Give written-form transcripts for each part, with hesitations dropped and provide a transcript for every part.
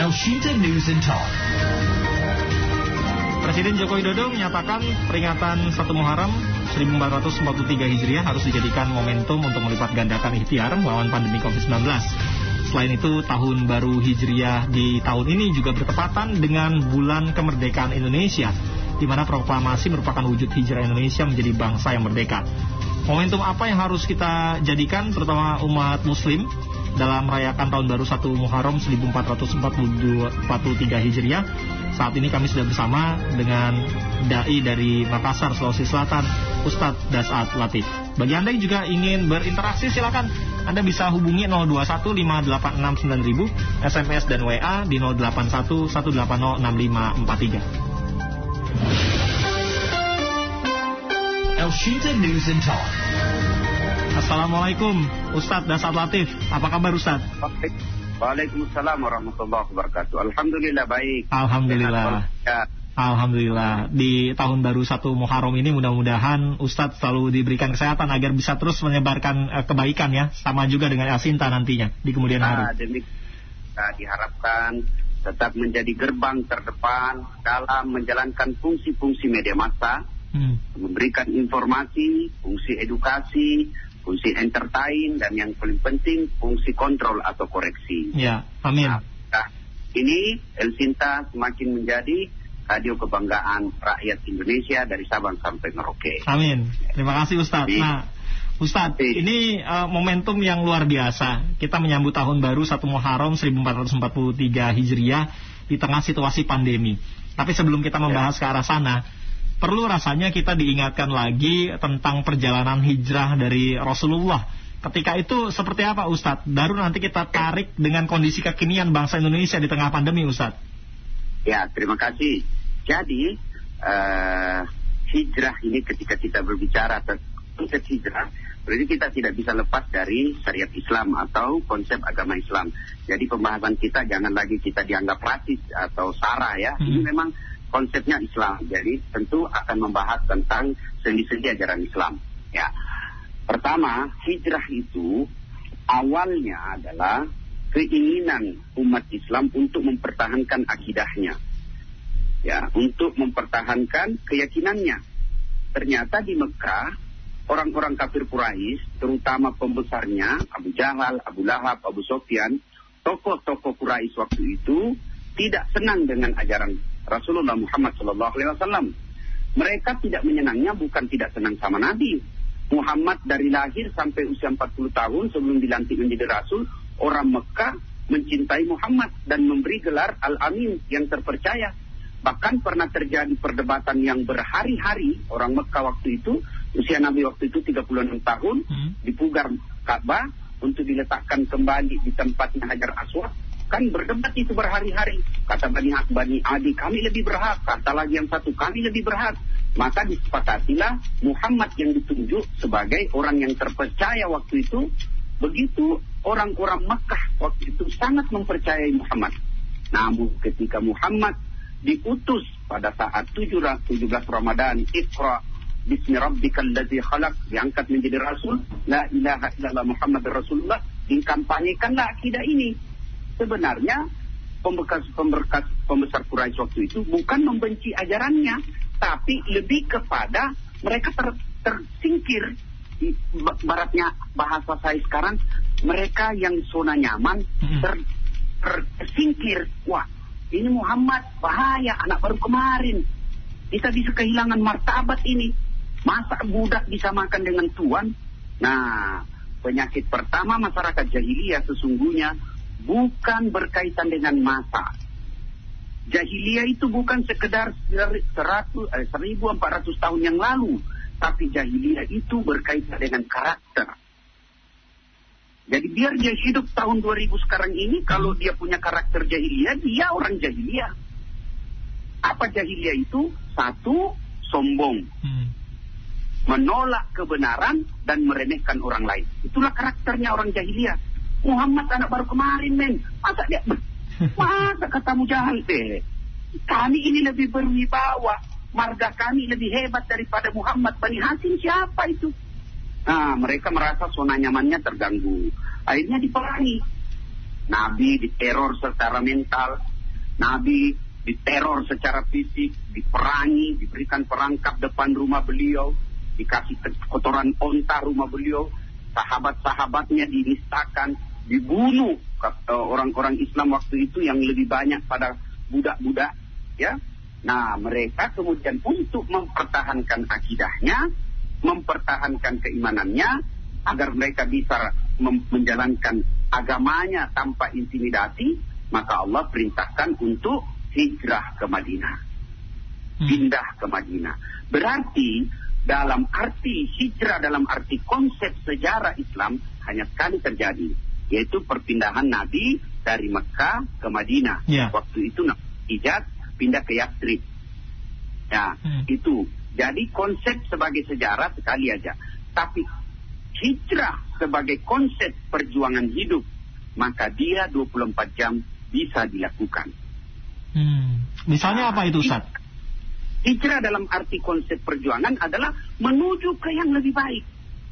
Elshinta News and Talk. Presiden Joko Widodo menyatakan peringatan 1 Muharram 1443 Hijriah harus dijadikan momentum untuk melipat gandakan ikhtiar melawan pandemi COVID-19. Selain itu, tahun baru Hijriah di tahun ini juga bertepatan dengan bulan kemerdekaan Indonesia, di mana proklamasi merupakan wujud hijrah Indonesia menjadi bangsa yang merdeka. Momentum apa yang harus kita jadikan, terutama umat Muslim, dalam merayakan tahun baru 1 Muharram 1443 Hijriah? Saat ini kami sudah bersama dengan Dai dari Makassar, Sulawesi Selatan, Ustadz Dasat Latif. Bagi Anda yang juga ingin berinteraksi, silakan Anda bisa hubungi 021-586-9000, SMS dan WA di 081-180-6543. Elshinta News and Talk. Assalamualaikum, Ustadz Dasat Latif. Apa kabar, Ustadz? Waalaikumsalam warahmatullahi wabarakatuh. Alhamdulillah baik. Alhamdulillah. Alhamdulillah. Di tahun baru 1 Muharram ini mudah-mudahan Ustadz selalu diberikan kesehatan agar bisa terus menyebarkan kebaikan ya, sama juga dengan Elshinta nantinya di kemudian hari. Demikian diharapkan tetap menjadi gerbang terdepan dalam menjalankan fungsi-fungsi media massa, memberikan informasi, fungsi edukasi, fungsi entertain, dan yang paling penting fungsi kontrol atau koreksi. Ya, amin. Nah, ini Elshinta semakin menjadi radio kebanggaan rakyat Indonesia dari Sabang sampai Merauke. Amin. Terima kasih, Ustadz. Nah, Ustadz, ini momentum yang luar biasa. Kita menyambut tahun baru 1 Muharram 1443 Hijriah di tengah situasi pandemi. Tapi sebelum kita membahas ke arah sana, perlu rasanya kita diingatkan lagi tentang perjalanan hijrah dari Rasulullah. Ketika itu seperti apa, Ustadz? Baru nanti kita tarik dengan kondisi kekinian bangsa Indonesia di tengah pandemi, Ustadz. Ya, terima kasih. Jadi, hijrah ini ketika kita berbicara tentang konsep hijrah, berarti kita tidak bisa lepas dari syariat Islam atau konsep agama Islam. Jadi pembahasan kita jangan lagi kita dianggap rasis atau sara ya. Ini memang konsepnya Islam, jadi tentu akan membahas tentang sendi-sendi ajaran Islam. Ya, pertama, hijrah itu awalnya adalah keinginan umat Islam untuk mempertahankan akidahnya, ya, untuk mempertahankan keyakinannya. Ternyata di Mekah, orang-orang kafir Quraisy, terutama pembesarnya Abu Jahal, Abu Lahab, Abu Sufyan, tokoh-tokoh Quraisy waktu itu tidak senang dengan ajaran Rasulullah Muhammad SAW. Mereka tidak menyenangnya, bukan tidak senang sama Nabi Muhammad. Dari lahir sampai usia 40 tahun sebelum dilantik menjadi Rasul, orang Mekah mencintai Muhammad dan memberi gelar Al-Amin, yang terpercaya. Bahkan pernah terjadi perdebatan yang berhari-hari. Orang Mekah waktu itu, usia Nabi waktu itu 36 tahun, dipugar Ka'bah untuk diletakkan kembali di tempatnya Hajar Aswad. Kan berdebat itu berhari-hari. Kata Bani Adi, kami lebih berhak. Kata lagi yang satu, kami lebih berhak. Maka disepakatilah Muhammad yang ditunjuk sebagai orang yang terpercaya waktu itu. Begitu orang-orang Makkah waktu itu sangat mempercayai Muhammad. Namun ketika Muhammad diutus pada saat 17 Ramadan, Iqra bismi rabbikal ladzi khalaq, diangkat menjadi Rasul, la ilaha illallah Muhammad Rasulullah, dikampanyekanlah akidah ini. Sebenarnya pembesar Quraisy waktu itu bukan membenci ajarannya, tapi lebih kepada mereka tersingkir. Baratnya bahasa saya sekarang, mereka yang zona nyaman tersingkir. Wah, ini Muhammad bahaya, anak baru kemarin, kita bisa kehilangan martabat ini. Masa budak disamakan dengan tuan? Nah, penyakit pertama masyarakat jahiliyah sesungguhnya bukan berkaitan dengan masa. Jahiliyah itu bukan sekedar 1400 tahun yang lalu, tapi jahiliyah itu berkaitan dengan karakter. Jadi biar dia hidup tahun 2000 sekarang ini, kalau dia punya karakter jahiliyah, dia orang jahiliyah. Apa jahiliyah itu? Satu, sombong, menolak kebenaran dan meremehkan orang lain. Itulah karakternya orang jahiliyah. Muhammad anak baru kemarin, men. Masa kata Mujahal deh. Kami ini lebih berwibawa, marga kami lebih hebat daripada Muhammad. Bani Hasim siapa itu? Nah, mereka merasa zona nyamannya terganggu. Akhirnya diperangi. Nabi diteror secara mental, Nabi diteror secara fisik, diperangi, diberikan perangkap depan rumah beliau, dikasih kotoran onta rumah beliau, sahabat-sahabatnya dinistakan, dibunuh orang-orang Islam waktu itu yang lebih banyak pada budak-budak, ya. Nah, mereka kemudian untuk mempertahankan akidahnya, mempertahankan keimanannya, agar mereka bisa menjalankan agamanya tanpa intimidasi, maka Allah perintahkan untuk hijrah ke Madinah, pindah ke Madinah. Berarti dalam arti hijrah, dalam arti konsep sejarah Islam hanya sekali terjadi, yaitu perpindahan Nabi dari Mekah ke Madinah. Waktu itu hijrah pindah ke Yathrib. Ya, itu. Jadi konsep sebagai sejarah sekali aja. Tapi hijrah sebagai konsep perjuangan hidup, maka dia 24 jam bisa dilakukan. Misalnya apa itu, Ustaz? Hijrah dalam arti konsep perjuangan adalah menuju ke yang lebih baik.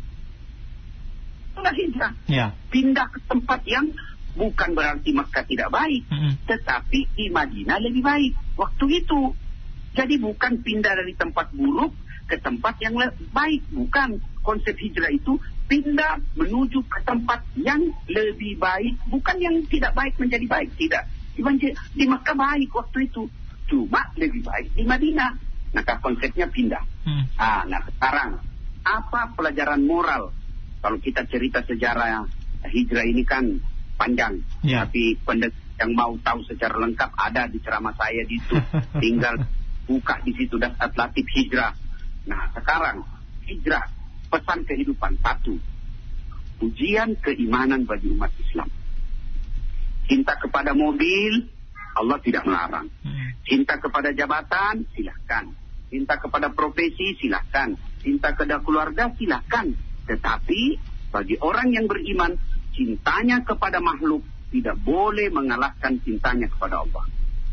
Itulah hijrah. Pindah ke tempat yang bukan berarti Mekah tidak baik, tetapi di Madinah lebih baik waktu itu. Jadi bukan pindah dari tempat buruk ke tempat yang baik, bukan. Konsep hijrah itu pindah menuju ke tempat yang lebih baik, bukan yang tidak baik menjadi baik, tidak. Di Mekah baik waktu itu, cuma lebih baik di Madinah. Maka konsepnya pindah. Nah sekarang apa pelajaran moral? Kalau kita cerita sejarah hijrah ini kan panjang, tapi yang mau tahu secara lengkap ada di ceramah saya di YouTube. Tinggal buka di situ daftar latif hijrah. Nah sekarang hijrah, pesan kehidupan. 1, ujian keimanan bagi umat Islam. Cinta kepada mobil, Allah tidak melarang. Cinta kepada jabatan, silahkan. Cinta kepada profesi, silahkan. Cinta kepada keluarga, silahkan. Tetapi bagi orang yang beriman, cintanya kepada makhluk tidak boleh mengalahkan cintanya kepada Allah.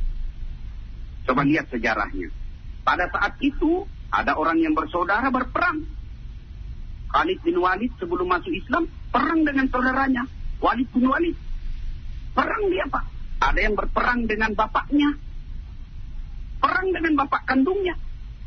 Coba lihat sejarahnya. Pada saat itu, ada orang yang bersaudara berperang. Khalid bin Walid sebelum masuk Islam, perang dengan saudaranya, Walid bin Walid. Perang dia, Pak. Ada yang berperang dengan bapaknya. Perang dengan bapak kandungnya.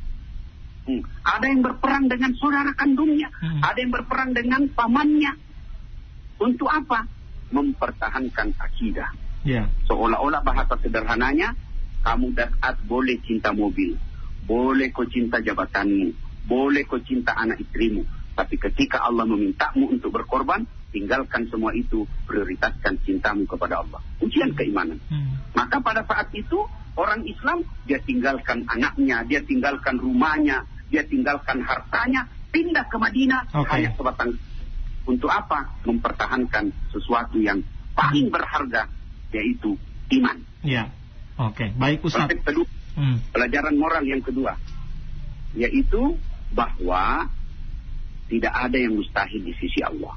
Ada yang berperang dengan saudara kandungnya. Ada yang berperang dengan pamannya. Untuk apa? Mempertahankan akidah. Seolah-olah bahasa sederhananya, kamu dapat boleh cinta mobil, boleh kau cinta jabatanmu, boleh kau cinta anak istrimu. Tapi ketika Allah memintamu untuk berkorban, tinggalkan semua itu, prioritaskan cintamu kepada Allah. Ujian keimanan. Maka pada saat itu orang Islam, dia tinggalkan anaknya, dia tinggalkan rumahnya, dia tinggalkan hartanya, pindah ke Madinah hanya sebatang. Untuk apa? Mempertahankan sesuatu yang paling berharga, yaitu iman. Baik Ustaz. Pelajaran moral yang kedua, yaitu bahwa tidak ada yang mustahil di sisi Allah.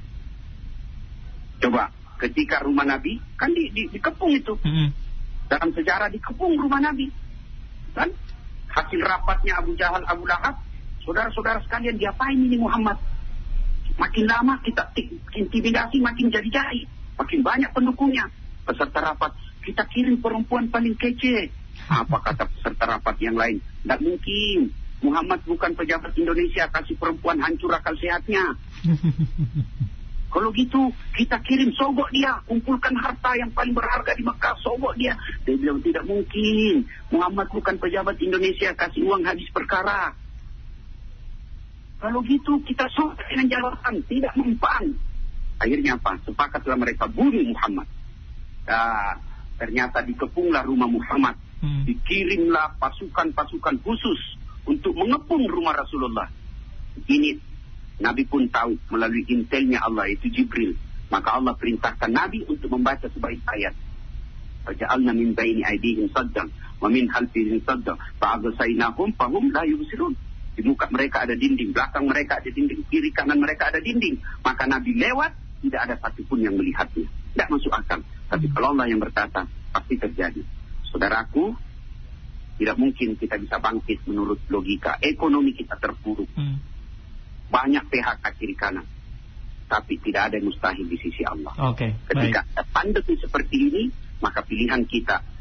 Coba, ketika rumah Nabi, kan dikepung itu. Dalam sejarah dikepung rumah Nabi. Kan? Hasil rapatnya Abu Jahal, Abu Lahab, saudara-saudara sekalian, diapain ini Muhammad? Makin lama kita intimidasi, makin jadi-jadi. Makin banyak pendukungnya. Peserta rapat, kita kirim perempuan paling kece. Apa kata peserta rapat yang lain? Tidak mungkin. Muhammad bukan pejabat Indonesia, kasih perempuan hancur akal sehatnya. Kalau gitu, kita kirim sogok dia, kumpulkan harta yang paling berharga di Mekah, sogok dia. Dia bilang tidak mungkin. Muhammad bukan pejabat Indonesia, kasih uang habis perkara. Kalau gitu, kita sogok dengan jawaban, tidak mempan. Akhirnya apa? Sepakatlah mereka bunuh Muhammad. Ternyata dikepunglah rumah Muhammad. Dikirimlah pasukan-pasukan khusus untuk mengepung rumah Rasulullah. Ini Nabi pun tahu melalui intelnya Allah, itu Jibril. Maka Allah perintahkan Nabi untuk membaca sebaik ayat. Faja'alna min baini aydihim saddan wa min khalfihim saddan fa'aghasaynahum fahum la yubsirun. Di muka mereka ada dinding, belakang mereka ada dinding, kiri kanan mereka ada dinding. Maka Nabi lewat, tidak ada satupun yang melihatnya. Tidak masuk akal. Tapi kalau Allah yang berkata, pasti terjadi. Saudaraku, tidak mungkin kita bisa bangkit menurut logika. Ekonomi kita terpuruk. Banyak PHK kiri kanan. Tapi tidak ada yang mustahil di sisi Allah. Ketika ada pandemi seperti ini, maka pilihan kita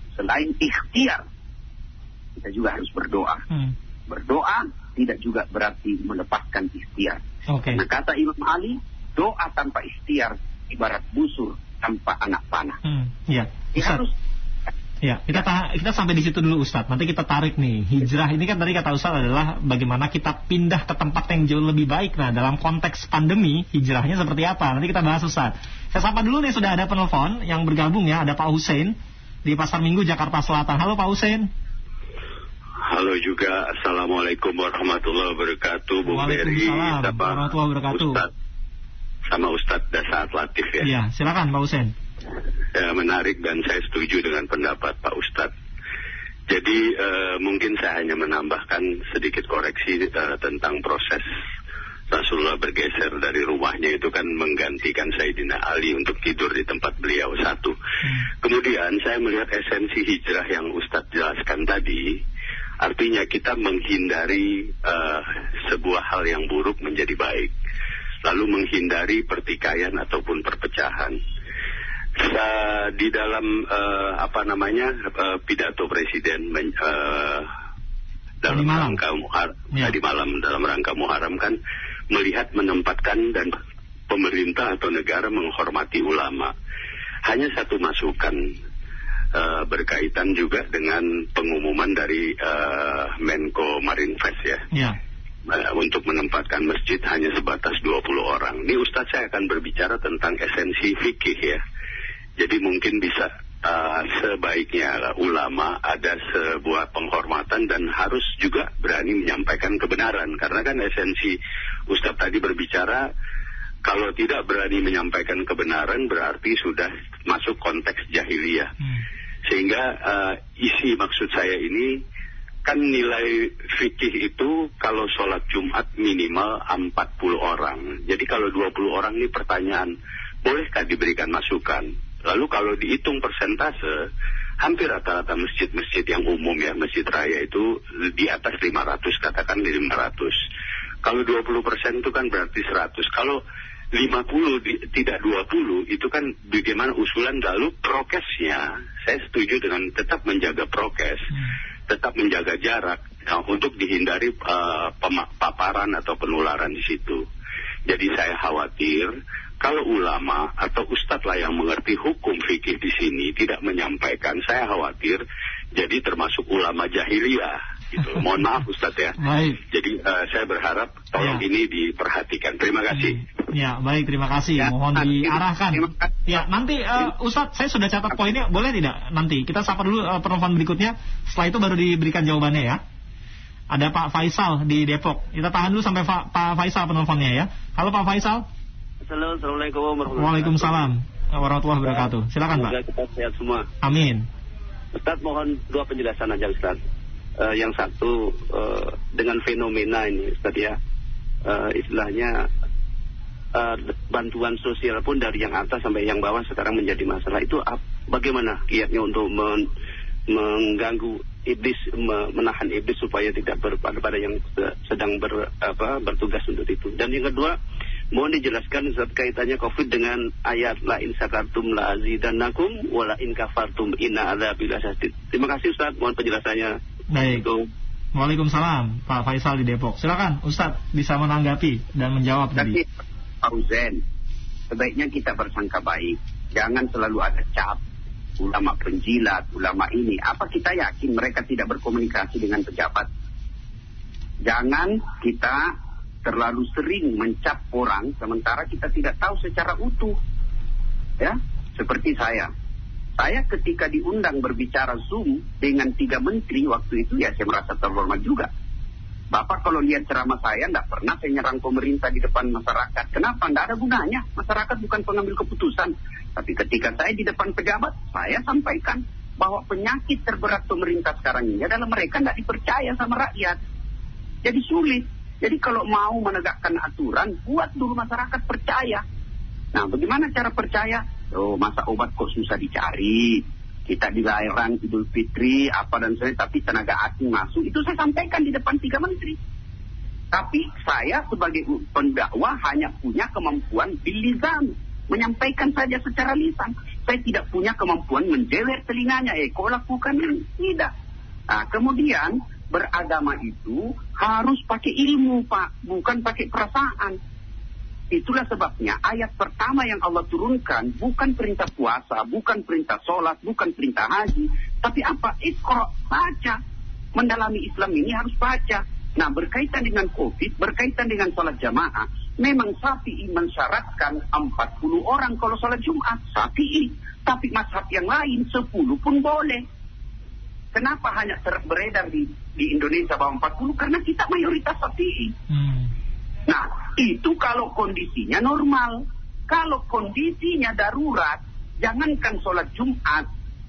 selain ikhtiar, kita juga harus berdoa. Berdoa tidak juga berarti melepaskan ikhtiar. Nah, kata Imam Ali, doa tanpa ikhtiar ibarat busur tanpa anak panah. Harus. Ya, kita sampai di situ dulu Ustadz. Nanti kita tarik nih, hijrah ini kan tadi kata Ustadz adalah bagaimana kita pindah ke tempat yang jauh lebih baik. Nah, dalam konteks pandemi, hijrahnya seperti apa? Nanti kita bahas Ustadz. Saya sapa dulu nih, sudah ada penelpon yang bergabung ya. Ada Pak Hussein di Pasar Minggu, Jakarta Selatan. Halo Pak Hussein. Halo juga, Assalamualaikum warahmatullahi wabarakatuh, Bung Beri, warahmatullahi wabarakatuh. Ustadz, sama Ustadz Dasaat Latif ya. Iya, silakan Pak Hussein. Ya, menarik dan saya setuju dengan pendapat Pak Ustadz. Jadi mungkin saya hanya menambahkan sedikit koreksi tentang proses Rasulullah bergeser dari rumahnya itu kan menggantikan Sayyidina Ali untuk tidur di tempat beliau satu. Kemudian saya melihat esensi hijrah yang Ustadz jelaskan tadi, artinya kita menghindari sebuah hal yang buruk menjadi baik, lalu menghindari pertikaian ataupun perpecahan. Di dalam pidato presiden dalam rangka Muharram kan melihat menempatkan dan pemerintah atau negara menghormati ulama. Hanya satu masukan berkaitan juga dengan pengumuman dari Menko Marinvest ya. Untuk menempatkan masjid hanya sebatas 20 orang. Ini Ustadz saya akan berbicara tentang esensi fikih ya. Jadi mungkin bisa sebaiknya ulama ada sebuah penghormatan dan harus juga berani menyampaikan kebenaran. Karena kan esensi Ustadz tadi berbicara, kalau tidak berani menyampaikan kebenaran berarti sudah masuk konteks jahiliyah. Sehingga isi maksud saya ini, kan nilai fikih itu kalau sholat Jumat minimal 40 orang. Jadi kalau 20 orang ini pertanyaan, bolehkah diberikan masukan? Lalu kalau dihitung persentase, hampir rata-rata masjid-masjid yang umum ya, masjid raya itu di atas 500, katakan di 500. Kalau 20% itu kan berarti 100. Kalau 50 tidak 20 itu kan bagaimana usulan. Lalu prokesnya, saya setuju dengan tetap menjaga prokes, tetap menjaga jarak untuk dihindari paparan atau penularan di situ. Jadi saya khawatir kalau ulama atau ustadz lah yang mengerti hukum fikih di sini tidak menyampaikan, saya khawatir jadi termasuk ulama jahiliyah. Gitu. Mohon maaf Ustadz ya. Baik. Jadi saya berharap tolong ini diperhatikan. Terima kasih. Ya baik, terima kasih. Mohon diarahkan. Ya nanti Ustadz saya sudah catat poinnya. Boleh tidak nanti kita sapa dulu penelpon berikutnya. Setelah itu baru diberikan jawabannya ya. Ada Pak Faisal di Depok. Kita tahan dulu sampai Pak Faisal penelponnya ya. Halo Pak Faisal. Assalamualaikum warahmatullahi Waalaikumsalam warahmatullahi wabarakatuh. Silakan Pak. Semoga kita sehat semua. Amin. Ustaz mohon dua penjelasan aja Ustaz. Yang satu dengan fenomena ini Ustaz ya, istilahnya bantuan sosial pun dari yang atas sampai yang bawah sekarang menjadi masalah. Itu bagaimana kiatnya untuk mengganggu iblis, menahan iblis supaya tidak pada yang sedang bertugas untuk itu. Dan yang kedua, mohon dijelaskan Ustaz kaitannya COVID dengan ayat la in syakartum la azidannakum wa la in kafartum inna adzabi lasyadid. Terima kasih Ustaz, mohon penjelasannya. Baik. Waalaikumsalam Pak Faisal di Depok. Silakan Ustaz bisa menanggapi dan menjawab tadi. Pak Uzen, sebaiknya kita bersangka baik. Jangan selalu ada cap ulama penjilat, ulama ini. Apa kita yakin mereka tidak berkomunikasi dengan pejabat? Jangan kita terlalu sering mencap orang sementara kita tidak tahu secara utuh. Ya, seperti saya. Saya ketika diundang berbicara Zoom dengan 3 menteri waktu itu, ya saya merasa terhormat juga. Bapak kalau lihat ceramah saya, tidak pernah saya nyerang pemerintah di depan masyarakat. Kenapa? Tidak ada gunanya. Masyarakat bukan pengambil keputusan. Tapi ketika saya di depan pejabat, saya sampaikan bahwa penyakit terberat pemerintah sekarang ini adalah mereka tidak dipercaya sama rakyat. Jadi sulit. Jadi kalau mau menegakkan aturan, buat dulu masyarakat percaya. Nah, bagaimana cara percaya? Oh, masa obat kok susah dicari. Kita dilarang Idul Fitri, apa dan sebagainya, tapi tenaga asing masuk. Itu saya sampaikan di depan 3 menteri. Tapi saya sebagai pendakwah hanya punya kemampuan bilizam, menyampaikan saja secara lisan. Saya tidak punya kemampuan menjewer telinganya, kau lakukan ini. Tidak. Nah, kemudian beragama itu harus pakai ilmu, Pak, bukan pakai perasaan. Itulah sebabnya ayat pertama yang Allah turunkan bukan perintah puasa, bukan perintah sholat, bukan perintah haji, tapi apa? Iqra, baca. Mendalami Islam ini harus baca. Nah, berkaitan dengan COVID, berkaitan dengan sholat jamaah, memang Syafi'i mensyaratkan 40 orang kalau sholat Jumat, Syafi'i. Tapi mazhab yang lain 10 pun boleh. Kenapa hanya beredar di Indonesia bahwa 40? Karena kita mayoritas Syafi'i. Nah, itu kalau kondisinya normal. Kalau kondisinya darurat, jangankan sholat Jumat,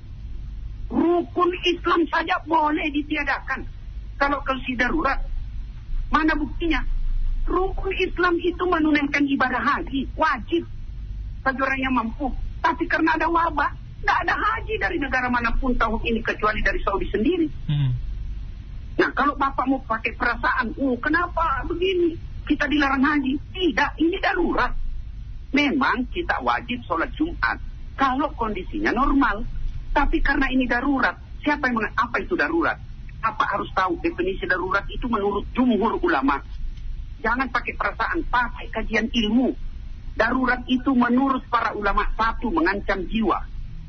rukun Islam saja boleh ditiadakan. Kalau kondisi darurat, mana buktinya? Rukun Islam itu menunaikan ibadah haji, wajib bagi orang yang mampu. Tapi karena ada wabah, tidak ada haji dari negara manapun tahun ini kecuali dari Saudi sendiri. Nah, kalau Bapak mau pakai perasaan, kenapa begini? Kita dilarang haji. Tidak, ini darurat. Memang kita wajib sholat Jumat kalau kondisinya normal. Tapi karena ini darurat, siapa yang apa itu darurat? Apa harus tahu definisi darurat itu menurut jumhur ulama. Jangan pakai perasaan, pakai kajian ilmu. Darurat itu menurut para ulama, satu, mengancam jiwa.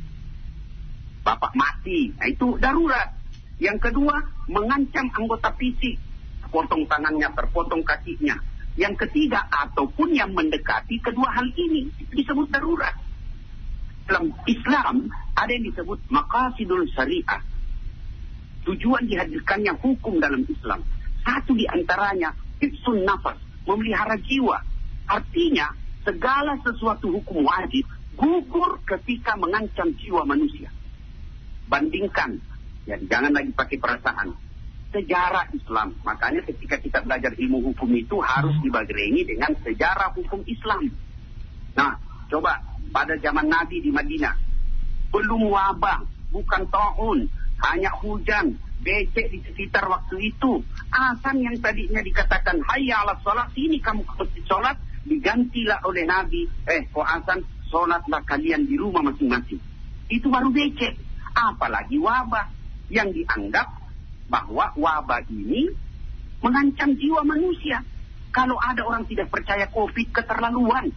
Bapak mati, nah itu darurat. Yang kedua, mengancam anggota fisik. Potong tangannya, terpotong kakinya. Yang ketiga, ataupun yang mendekati kedua hal ini, disebut darurat. Dalam Islam ada yang disebut maqasidul syariah. Tujuan dihadirkannya hukum dalam Islam. Satu di antaranya hifsun nafas, memelihara jiwa. Artinya segala sesuatu hukum wajib gugur ketika mengancam jiwa manusia. Bandingkan, ya jangan lagi pakai perasaan. Sejarah Islam. Makanya ketika kita belajar ilmu hukum itu harus dibarengi dengan sejarah hukum Islam. Nah, coba pada zaman Nabi di Madinah, belum wabah, bukan ta'un, hanya hujan, becek di sekitar waktu itu. Azan yang tadinya dikatakan hayya 'alas shalah, sini kamu ke sholat, digantilah oleh Nabi, kok azan, sholatlah kalian di rumah masing-masing. Itu baru becek. Apalagi wabah yang dianggap bahwa wabah ini mengancam jiwa manusia. Kalau ada orang tidak percaya COVID, keterlaluan.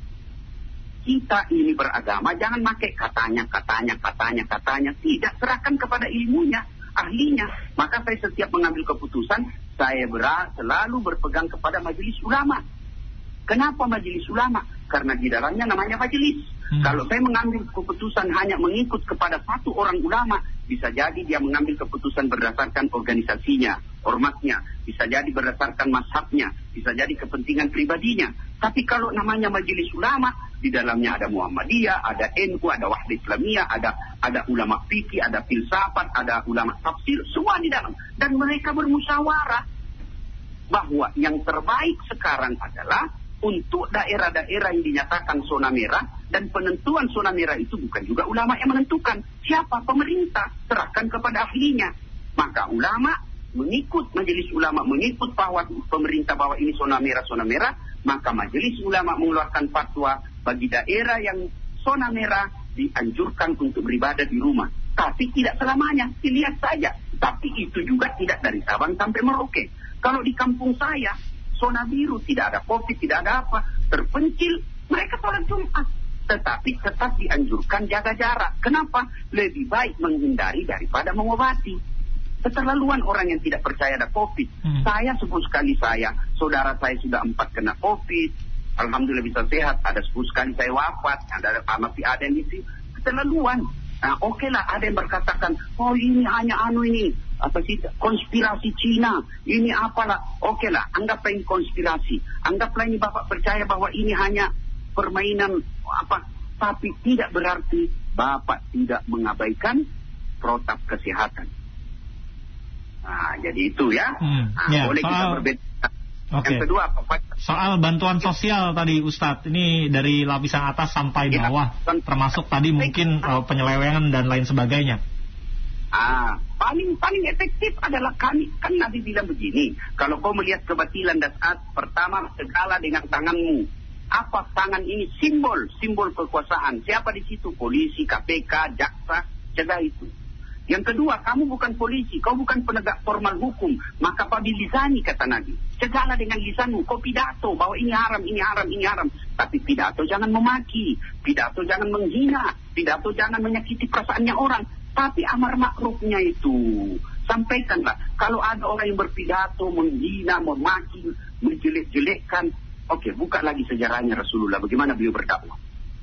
Kita ini beragama, jangan pakai katanya. Tidak, serahkan kepada ilmunya, ahlinya. Maka saya setiap mengambil keputusan, saya selalu berpegang kepada majelis ulama. Kenapa majelis ulama? Karena di dalamnya namanya majelis. Kalau saya mengambil keputusan hanya mengikut kepada satu orang ulama, bisa jadi dia mengambil keputusan berdasarkan organisasinya, ormasnya, bisa jadi berdasarkan mazhabnya, bisa jadi kepentingan pribadinya. Tapi kalau namanya majelis ulama, di dalamnya ada Muhammadiyah, ada NU, ada Wahdah Islamiyah, ada ulama fikih, ada filsafat, ada ulama tafsir, semua di dalam. Dan mereka bermusyawarah bahwa yang terbaik sekarang adalah untuk daerah-daerah yang dinyatakan zona merah, dan penentuan zona merah itu bukan juga ulama yang menentukan. Siapa? Pemerintah. Serahkan kepada ahlinya. Maka ulama mengikut, majelis ulama mengikut bahwa pemerintah bahwa ini zona merah, maka majelis ulama mengeluarkan fatwa bagi daerah yang zona merah dianjurkan untuk beribadah di rumah. Tapi tidak selamanya, dilihat saja. Tapi itu juga tidak dari Sabang sampai Merauke. Kalau di kampung saya, zona biru, tidak ada COVID, tidak ada apa, terpencil, mereka sholat Jumat. Tetapi tetap dianjurkan jaga jarak. Kenapa? Lebih baik menghindari daripada mengobati. Keterlaluan orang yang tidak percaya ada COVID. Saya sebut sekali saudara saya sudah 4 kena COVID, alhamdulillah bisa sehat. Ada 10 sekali saya wafat, masih ada yang isi. Keterlaluan. Nah, oke lah, ada yang berkatakan, oh ini hanya konspirasi Cina, ini apalah. Oke lah, anggaplah ini konspirasi. Anggaplah ini Bapak percaya bahwa ini hanya permainan tapi tidak berarti Bapak tidak mengabaikan protap kesehatan. Nah, jadi itu ya. Boleh kita berbeda. Yang kedua, soal bantuan sosial tadi Ustadz, ini dari lapisan atas sampai bawah, termasuk tadi mungkin penyelewengan dan lain sebagainya. Paling efektif adalah kami, kan Nabi bilang begini, kalau kau melihat kebatilan dan pertama segala dengan tanganmu, Apa tangan ini simbol kekuasaan. Siapa di situ? Polisi, KPK, jaksa, cegah itu. Yang kedua, kamu bukan polisi, kau bukan penegak formal hukum, maka pabilisani kata Nabi. Cegahlah dengan lisanmu, kau pidato bahwa ini haram, ini haram, ini haram. Tapi pidato jangan memaki, pidato jangan menghina, pidato jangan menyakiti perasaannya orang. Tapi amar makrufnya itu, sampaikanlah. Kalau ada orang yang berpidato, menghina, memaki, menjelek-jelekkan, oke, buka lagi sejarahnya Rasulullah, bagaimana beliau berdakwah.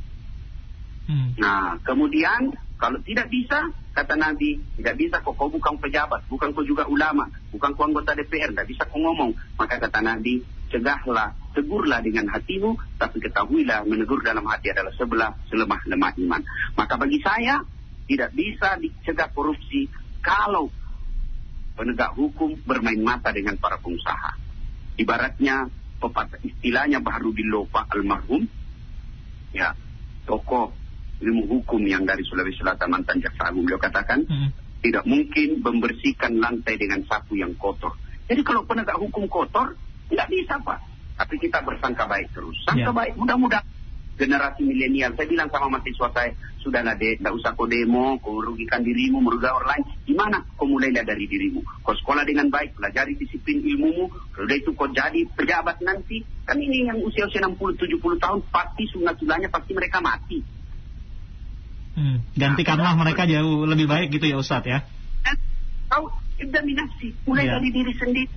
Nah, kemudian kalau tidak bisa, kata Nabi, tidak bisa kok, kau bukan pejabat, bukan kau juga ulama, bukan kau anggota DPR, tidak bisa kau ngomong. Maka kata Nabi, cegahlah, tegurlah dengan hatimu, tapi ketahuilah menegur dalam hati adalah selemah-lemah iman. Maka bagi saya, tidak bisa dicegah korupsi kalau penegak hukum bermain mata dengan para pengusaha. Ibaratnya, istilahnya Baharudin Lopa almarhum, ya, tokoh ilmu hukum yang dari Sulawesi Selatan, mantan jaksa agung, beliau katakan tidak mungkin membersihkan lantai dengan sapu yang kotor. Jadi kalau penegak hukum kotor, tidak bisa Pak. Tapi kita bersangka baik terus. Sangka baik, mudah-mudahan generasi milenial. Saya bilang sama mahasiswa saya, sudahlah tidak usah kau demo, kau merugikan dirimu, merugikan orang lain. Gimana? Kau mulailah dari dirimu. Kau sekolah dengan baik, pelajari disiplin ilmumu. Kalau itu kau jadi pejabat nanti, kan ini yang usia-usia 60-70 tahun, pasti sunat-sunatnya pasti mereka mati. Gantikanlah mereka jauh lebih baik gitu ya Ustadz ya. Tahu examinasi mulai dari diri sendiri.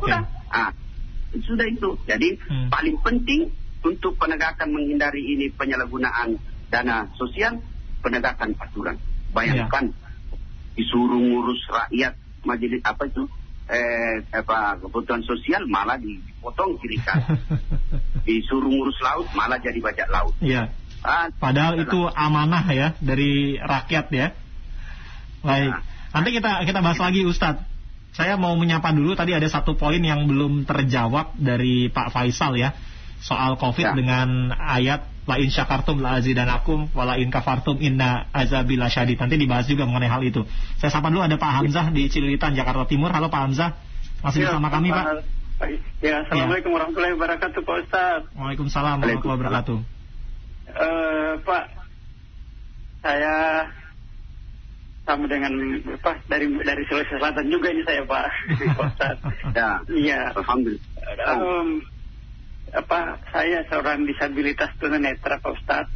Sudah itu. Jadi paling penting untuk penegakan menghindari ini penyalahgunaan dana sosial, penegakan aturan. Bayangkan disuruh ngurus rakyat majelis kebutuhan sosial malah dipotong kiri kanan. Disuruh ngurus laut malah jadi bajak laut. Iya. Padahal itu amanah ya dari rakyat ya. Baik. Nanti kita bahas lagi Ustadz. Saya mau menyapa dulu, tadi ada satu poin yang belum terjawab dari Pak Faisal ya, soal COVID dengan ayat la in syakartum la azidanakum wa la in kafartum inna azabi lasyadid. Nanti dibahas juga mengenai hal itu. Saya sapa dulu, ada Pak Hamzah di Cililitan, Jakarta Timur. Halo Pak Hamzah, masih bersama kami Pak? Ya, Assalamualaikum warahmatullahi wabarakatuh Pak Ustadz. Waalaikumsalam warahmatullahi wabarakatuh. Pak, saya sama dengan dari Sulawesi Selatan juga ini saya Pak. Iya. Alhamdulillah. Saya seorang disabilitas tunanetra Pak Ustadz.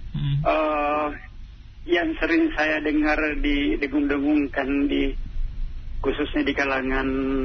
Yang sering saya dengar didengung-dengungkan khususnya di kalangan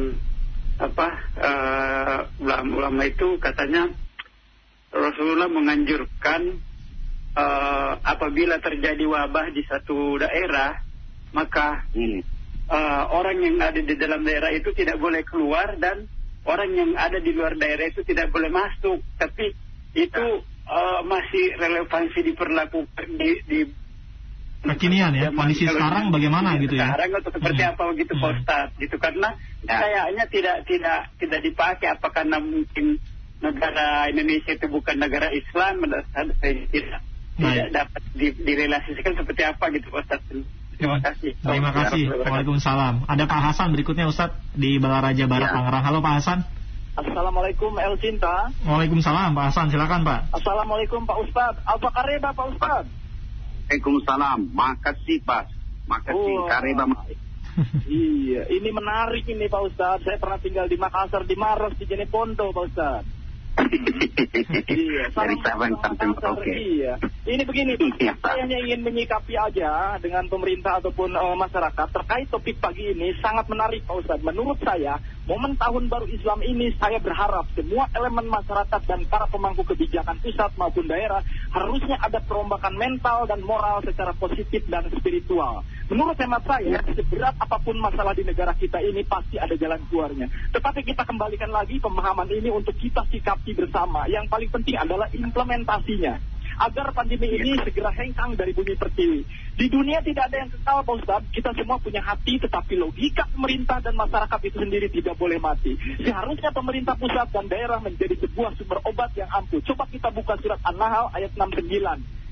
ulama itu, katanya Rasulullah menganjurkan apabila terjadi wabah di satu daerah, maka orang yang ada di dalam daerah itu tidak boleh keluar dan orang yang ada di luar daerah itu tidak boleh masuk. Tapi itu masih relevansi diperlakukan di kekinian ya, kondisi sekarang bagaimana gitu ya? Sekarang atau seperti apa begitu Pak Ustadz? Gitu, karena kayaknya tidak dipakai. Apa karena mungkin negara Indonesia itu bukan negara Islam, tidak dapat direlasikan seperti apa gitu Pak Ustadz. Terima kasih. Terima kasih. Waalaikumsalam. Ada Pak Hasan berikutnya Ustadz di Balaraja Barat Tangerang. Halo Pak Hasan. Assalamualaikum El Cinta. Waalaikumsalam Pak Hasan, silakan Pak. Assalamualaikum Pak Ustadz. Apa kareba Pak Ustadz? Waalaikumsalam. Makasih Pak. Makasih kareba. Iya, ini menarik ini Pak Ustadz. Saya pernah tinggal di Makassar, di Maros, di Jeneponto Pak Ustadz. Iya, dari Sabang sampai Merauke. Iya. Ini begini, saya hanya ingin menyikapi aja dengan pemerintah ataupun masyarakat terkait topik pagi ini. Sangat menarik Pak Ustadz. Menurut saya, momen tahun baru Islam ini, saya berharap semua elemen masyarakat dan para pemangku kebijakan pusat maupun daerah harusnya ada perombakan mental dan moral secara positif dan spiritual. Menurut hemat saya, seberat apapun masalah di negara kita ini pasti ada jalan keluarnya. Tetapi kita kembalikan lagi pemahaman ini untuk kita sikapi bersama. Yang paling penting adalah implementasinya, agar pandemi ini segera hengkang dari bumi pertiwi. Di dunia tidak ada yang kekal Pak Ustadz. Kita semua punya hati, tetapi logika pemerintah dan masyarakat itu sendiri tidak boleh mati. Seharusnya pemerintah pusat dan daerah menjadi sebuah sumber obat yang ampuh. Coba kita buka surat An-Nahl ayat 69.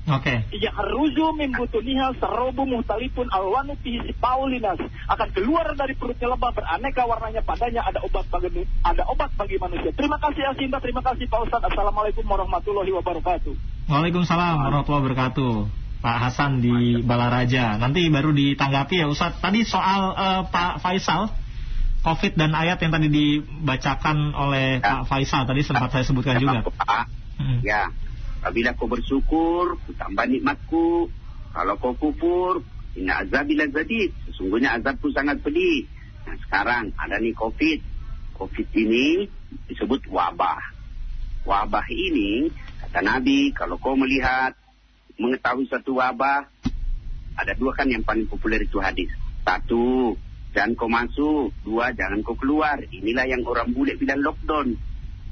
Oke. Ya haruzu min butuniha sarobu muhtalifun alwanu fihi paulinas, akan keluar dari perutnya lebah beraneka warnanya, padanya ada obat bagi manusia. Terima kasih Asinda, terima kasih Pak Ustadz. Assalamualaikum warahmatullahi wabarakatuh. Waalaikumsalam warahmatullahi wabarakatuh. Pak Hasan di Balaraja. Nanti baru ditanggapi ya Ustadz. Tadi soal Pak Faisal, COVID dan ayat yang tadi dibacakan oleh Pak Faisal tadi sempat saya sebutkan juga. Ya. Apabila kau bersyukur, ku tambah nikmatku. Kalau kau kufur, inna azabi lazadid. Sesungguhnya azabku sangat pedih. Nah sekarang ada nih COVID. COVID ini disebut wabah. Wabah ini, kata Nabi, kalau kau mengetahui satu wabah, ada dua kan yang paling populer itu hadis. Satu, jangan kau masuk. Dua, jangan kau keluar. Inilah yang orang bule bilang lockdown.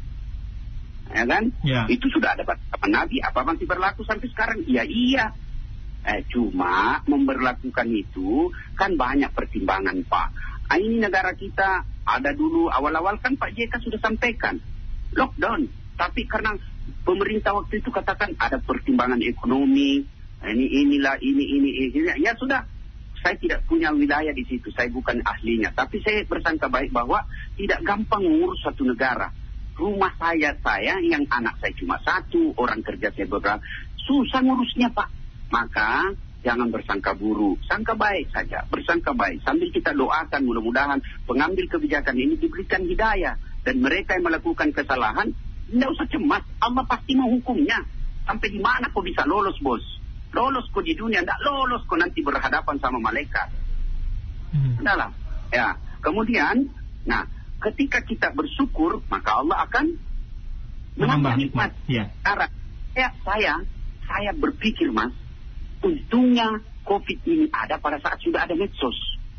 Ya kan? Ya. Itu sudah ada batasan Nabi. Apa masih berlaku sampai sekarang? Iya. Cuma memberlakukan itu kan banyak pertimbangan Pak. Ini negara kita ada dulu awal-awal kan Pak JK sudah sampaikan lockdown. Tapi karena pemerintah waktu itu katakan ada pertimbangan ekonomi. Ini. Ya sudah. Saya tidak punya wilayah di situ. Saya bukan ahlinya. Tapi saya bersangka baik bahwa tidak gampang mengurus satu negara. Rumah saya yang anak saya cuma satu, orang kerja saya beberapa, susah ngurusnya Pak. Maka jangan bersangka buruk, sangka baik saja, bersangka baik. Sambil kita doakan mudah-mudahan pengambil kebijakan ini diberikan hidayah. Dan mereka yang melakukan kesalahan, tidak usah cemas, Allah pasti menghukumnya. Sampai di mana kau bisa lolos bos? Lolos kau di dunia, tidak lolos kau nanti berhadapan sama malaikat. Adalah, ya. Kemudian, ketika kita bersyukur, maka Allah akan menambah nikmat. Ya. Karena saya berpikir Mas, untungnya COVID ini ada pada saat sudah ada medsos.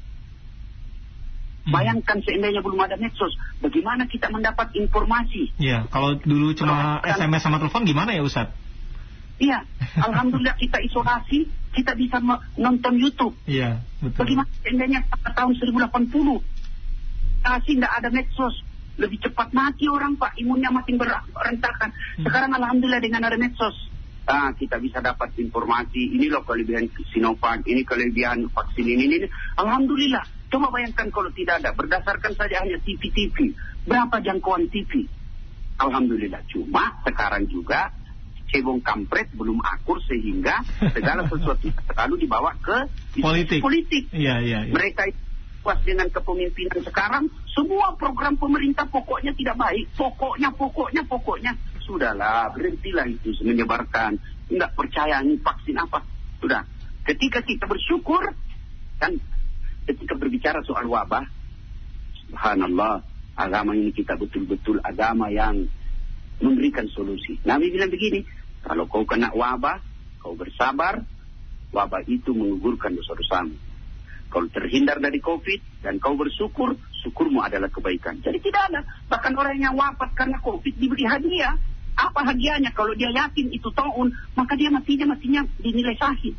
Bayangkan seandainya belum ada medsos, bagaimana kita mendapat informasi? Ya, kalau dulu cuma SMS sama telepon gimana ya Ustaz? Iya, alhamdulillah kita isolasi, kita bisa nonton YouTube. Iya, betul. Bagaimana seandainya pada tahun 1080? Tidak ada medsos, lebih cepat mati orang Pak, imunnya makin berantakan. Sekarang alhamdulillah dengan ada medsos, kita bisa dapat informasi. Ini loh kelebihan Sinovac, ini kelebihan vaksin ini. Alhamdulillah. Coba bayangkan kalau tidak ada, berdasarkan saja hanya TV, berapa jangkauan TV? Alhamdulillah. Cuma sekarang juga cebong kampret belum akur sehingga segala sesuatu selalu dibawa ke politik. Iya. Mereka puas dengan kepemimpinan sekarang, semua program pemerintah pokoknya tidak baik, pokoknya. Sudahlah, berhentilah itu menyebarkan, tidak percaya ini vaksin apa. Sudah, ketika kita bersyukur, kan ketika berbicara soal wabah, subhanallah, agama ini kita betul-betul agama yang memberikan solusi. Nabi bilang begini, kalau kau kena wabah, kau bersabar, wabah itu menggugurkan dosa-dosamu. Kalau terhindar dari COVID dan kau bersyukur, syukurmu adalah kebaikan. Jadi tidak ada. Bahkan orang yang wafat karena COVID diberi hadiah. Apa hadiahnya? Kalau dia yakin itu taun, maka dia matinya dinilai sahih.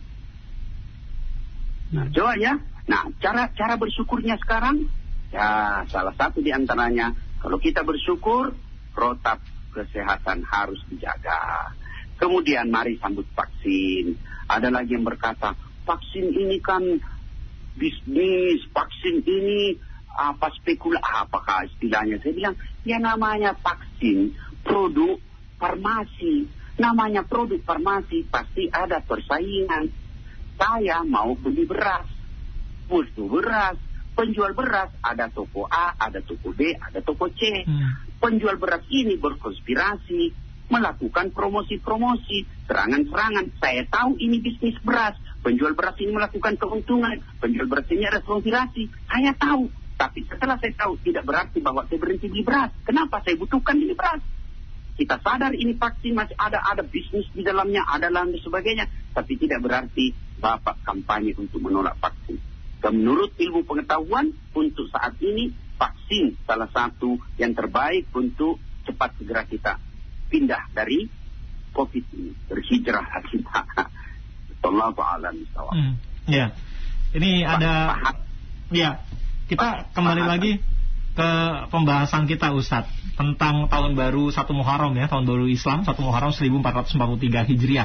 Nah, coba ya. Nah, cara bersyukurnya sekarang, ya salah satu di antaranya, kalau kita bersyukur, protap kesehatan harus dijaga. Kemudian mari sambut vaksin. Ada lagi yang berkata, vaksin ini kan bisnis, vaksin ini apakah istilahnya? Saya bilang, ya namanya vaksin, produk farmasi. Namanya produk farmasi pasti ada persaingan. Saya mau beli beras, butuh beras. Penjual beras ada toko A, ada toko B, ada toko C. Penjual beras ini berkonspirasi, melakukan promosi-promosi, serangan-serangan. Saya tahu ini bisnis beras. Penjual beras ini melakukan keuntungan. Penjual beras ini ada konspirasi. Saya tahu. Tapi setelah saya tahu, tidak berarti bahwa saya berhenti beli beras. Kenapa? Saya butuhkan beli beras. Kita sadar ini vaksin masih ada bisnis di dalamnya, ada dan sebagainya. Tapi tidak berarti Bapak kampanye untuk menolak vaksin. Dan menurut ilmu pengetahuan, untuk saat ini, vaksin salah satu yang terbaik untuk cepat segera kita pindah dari COVID ini. Berhijrah kita. Allahu a'lam bishawab. Ya. Ini ada kita kembali lagi ke pembahasan kita Ustadz tentang tahun baru 1 Muharram ya, tahun baru Islam 1 Muharram 1443 Hijriah.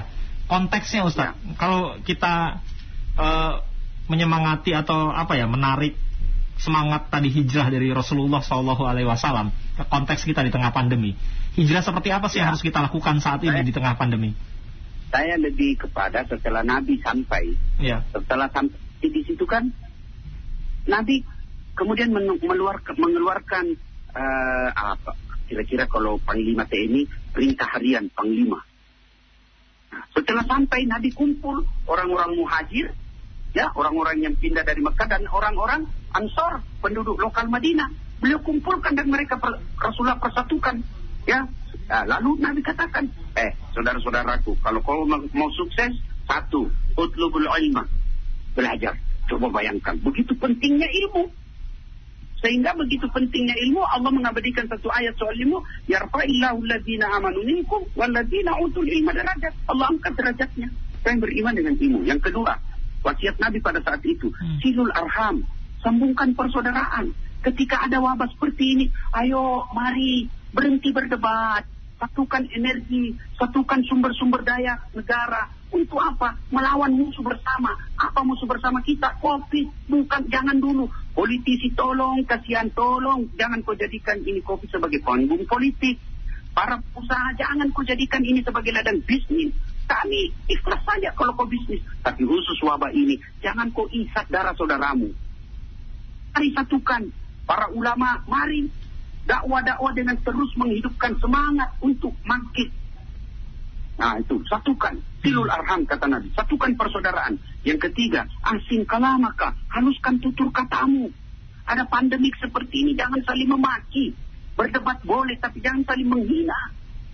konteksnya Ustaz. Ya. Kalau kita menyemangati atau menarik semangat tadi hijrah dari Rasulullah SAW, konteks kita di tengah pandemi. Hijrah seperti apa sih yang harus kita lakukan saat ini di tengah pandemi? Saya lebih kepada setelah Nabi sampai, setelah sampai di situ kan, Nabi kemudian mengeluarkan apa? Kira-kira kalau Panglima TNI perintah harian Panglima. Nah, setelah sampai Nabi kumpul orang-orang muhajir, orang-orang yang pindah dari Mekah dan orang-orang Ansor, penduduk lokal Madinah. Beliau kumpulkan dan mereka Rasulullah persatukan. Lalu Nabi katakan, saudara-saudaraku, kalau kau mau sukses, satu, utlubul ilma, belajar. Coba bayangkan, begitu pentingnya ilmu. Sehingga begitu pentingnya ilmu, Allah mengabadikan satu ayat soal ilmu, yarfa'illahu alladzina amanu minkum walladzina utul ilma darajat. Allah angkat derajatnya. Saya beriman dengan ilmu. Yang kedua, wasiat Nabi pada saat itu, silul arham, sambungkan persaudaraan. Ketika ada wabah seperti ini, ayo mari berhenti berdebat, satukan energi, satukan sumber-sumber daya negara. Untuk apa? Melawan musuh bersama. Apa musuh bersama kita? COVID. Bukan, jangan dulu. Politisi tolong, kasihan tolong. Jangan kau jadikan ini COVID sebagai panggung politik. Para pengusaha jangan kau jadikan ini sebagai ladang bisnis. Kami ikhlas saja kalau kau bisnis. Tapi khusus wabah ini, jangan kau isap darah saudaramu. Mari satukan. Para ulama, mari dakwah-dakwah dengan terus menghidupkan semangat untuk bangkit. Nah itu, satukan. Silul arham kata Nabi, satukan persaudaraan. Yang ketiga, asing kalamaka, haluskan tutur katamu. Ada pandemik seperti ini, jangan saling memaki. Berdebat boleh, tapi jangan saling menghina.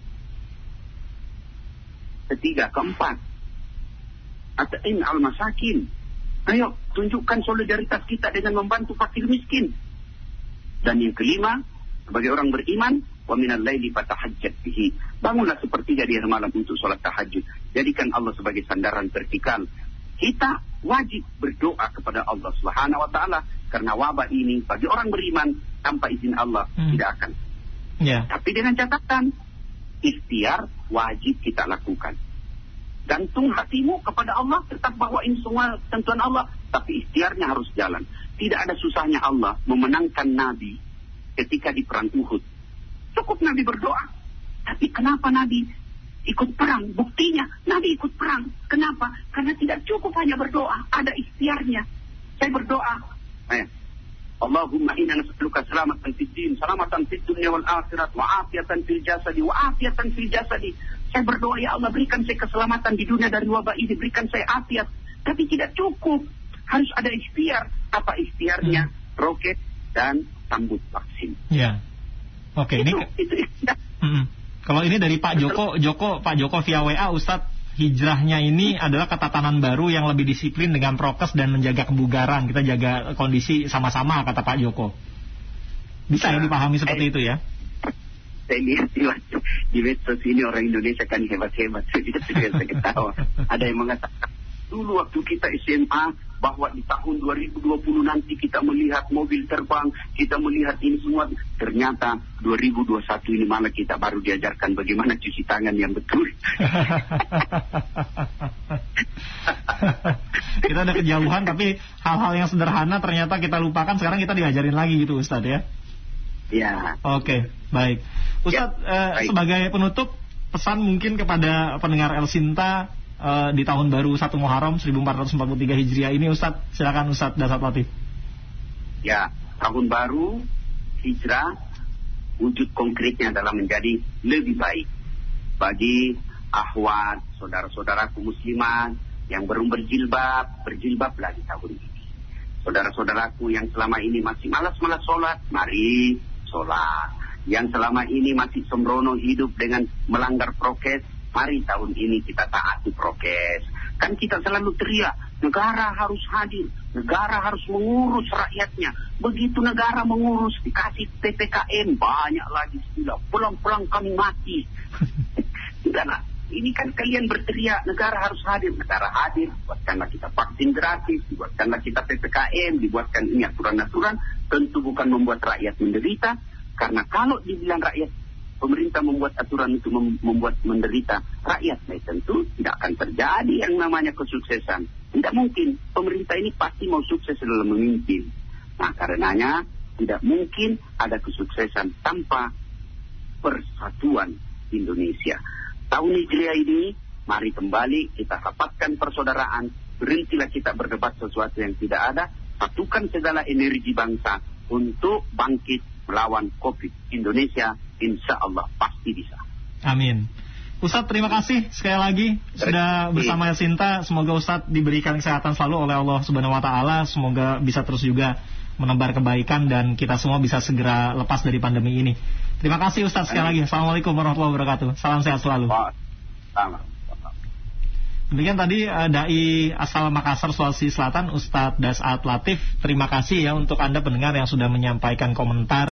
Ketiga, keempat, ata'in al-masakin. Ayo, tunjukkan solidaritas kita dengan membantu fakir miskin. Dan yang kelima, sebagai orang beriman, wa minal laili fatahajjat bihi. Bangunlah sepertiga di hari malam untuk sholat tahajud. Jadikan Allah sebagai sandaran vertikal. Kita wajib berdoa kepada Allah Subhanahu wa taala karena wabah ini bagi orang beriman tanpa izin Allah tidak akan. Tapi dengan catatan ikhtiar wajib kita lakukan. Gantung hatimu kepada Allah, tetap bawain semua tentuan Allah, tapi ikhtiarnya harus jalan. Tidak ada susahnya Allah memenangkan Nabi ketika di perang Uhud. Cukup Nabi berdoa. Tapi kenapa Nabi ikut perang? Buktinya Nabi ikut perang. Kenapa? Karena tidak cukup hanya berdoa, ada ikhtiarnya. Saya berdoa, Allahumma inna nas'aluka salamatan fid din, salamatan fid dunya wal akhirat, wa afiyatan fil jasadi, wa afiyatan fil jasadi. Saya berdoa, ya Allah berikan saya keselamatan di dunia dari wabah ini, berikan saya afiat. Tapi tidak cukup, harus ada ikhtiar. Apa ikhtiarnya? Roket dan sambut vaksin. Oke, ini kalau ini dari Pak Joko via WA, Ustadz, hijrahnya ini adalah ketatanan baru yang lebih disiplin dengan prokes dan menjaga kebugaran. Kita jaga kondisi sama-sama, kata Pak Joko. Bisa yang dipahami seperti itu ya? Saya lihat di medsos ini orang Indonesia kan hebat-hebat. Saya ketawa. Ada yang mengatakan, dulu waktu kita SMA, bahwa di tahun 2020 nanti kita melihat mobil terbang, kita melihat ini semua. Ternyata 2021 ini malah kita baru diajarkan bagaimana cuci tangan yang betul. Kita ada kejauhan, tapi hal-hal yang sederhana ternyata kita lupakan. Sekarang kita diajarin lagi gitu Ustadz ya. Oke, baik Ustadz, baik. Sebagai penutup, pesan mungkin kepada pendengar El Sinta di tahun baru 1 Muharram 1443 Hijriah ini, Ustadz, silakan Ustadz Dasat Latif. Ya, tahun baru hijrah, wujud konkretnya adalah menjadi lebih baik bagi akhwat, saudara-saudaraku muslimat yang belum berjilbablah di tahun ini. Saudara-saudaraku yang selama ini masih malas-malas sholat, mari sholat. Yang selama ini masih sembrono hidup dengan melanggar prokes, mari tahun ini kita taati prokes. Kan kita selalu teriak, negara harus hadir, negara harus mengurus rakyatnya. Begitu negara mengurus, dikasih PPKM, banyak lagi istilah, pulang-pulang kami mati. Sudahlah, ini kan kalian berteriak, negara harus hadir. Negara hadir, buatkanlah kita vaksin gratis, dibuatkanlah kita PPKM, dibuatkan ini aturan-aturan, tentu bukan membuat rakyat menderita. Karena kalau dibilang rakyat pemerintah membuat aturan itu membuat menderita rakyat, tentu tidak akan terjadi yang namanya kesuksesan. Tidak mungkin. Pemerintah ini pasti mau sukses dalam memimpin. Nah, karenanya tidak mungkin ada kesuksesan tanpa persatuan Indonesia. Tahun Hijriah ini, mari kembali kita rapatkan persaudaraan. Berhentilah kita berdebat sesuatu yang tidak ada. Satukan segala energi bangsa untuk bangkit melawan COVID. Indonesia insya Allah pasti bisa. Amin. Ustadz, terima kasih sekali lagi sudah bersama Yasinta. Semoga Ustadz diberikan kesehatan selalu oleh Allah Subhanahu wa Ta'ala. Semoga bisa terus juga menebar kebaikan dan kita semua bisa segera lepas dari pandemi ini. Terima kasih Ustadz sekali lagi. Assalamualaikum warahmatullahi wabarakatuh. Salam sehat selalu. Demikian tadi Dai asal Makassar, Sulawesi Selatan, Ustadz Das'at Latif. Terima kasih ya untuk Anda pendengar yang sudah menyampaikan komentar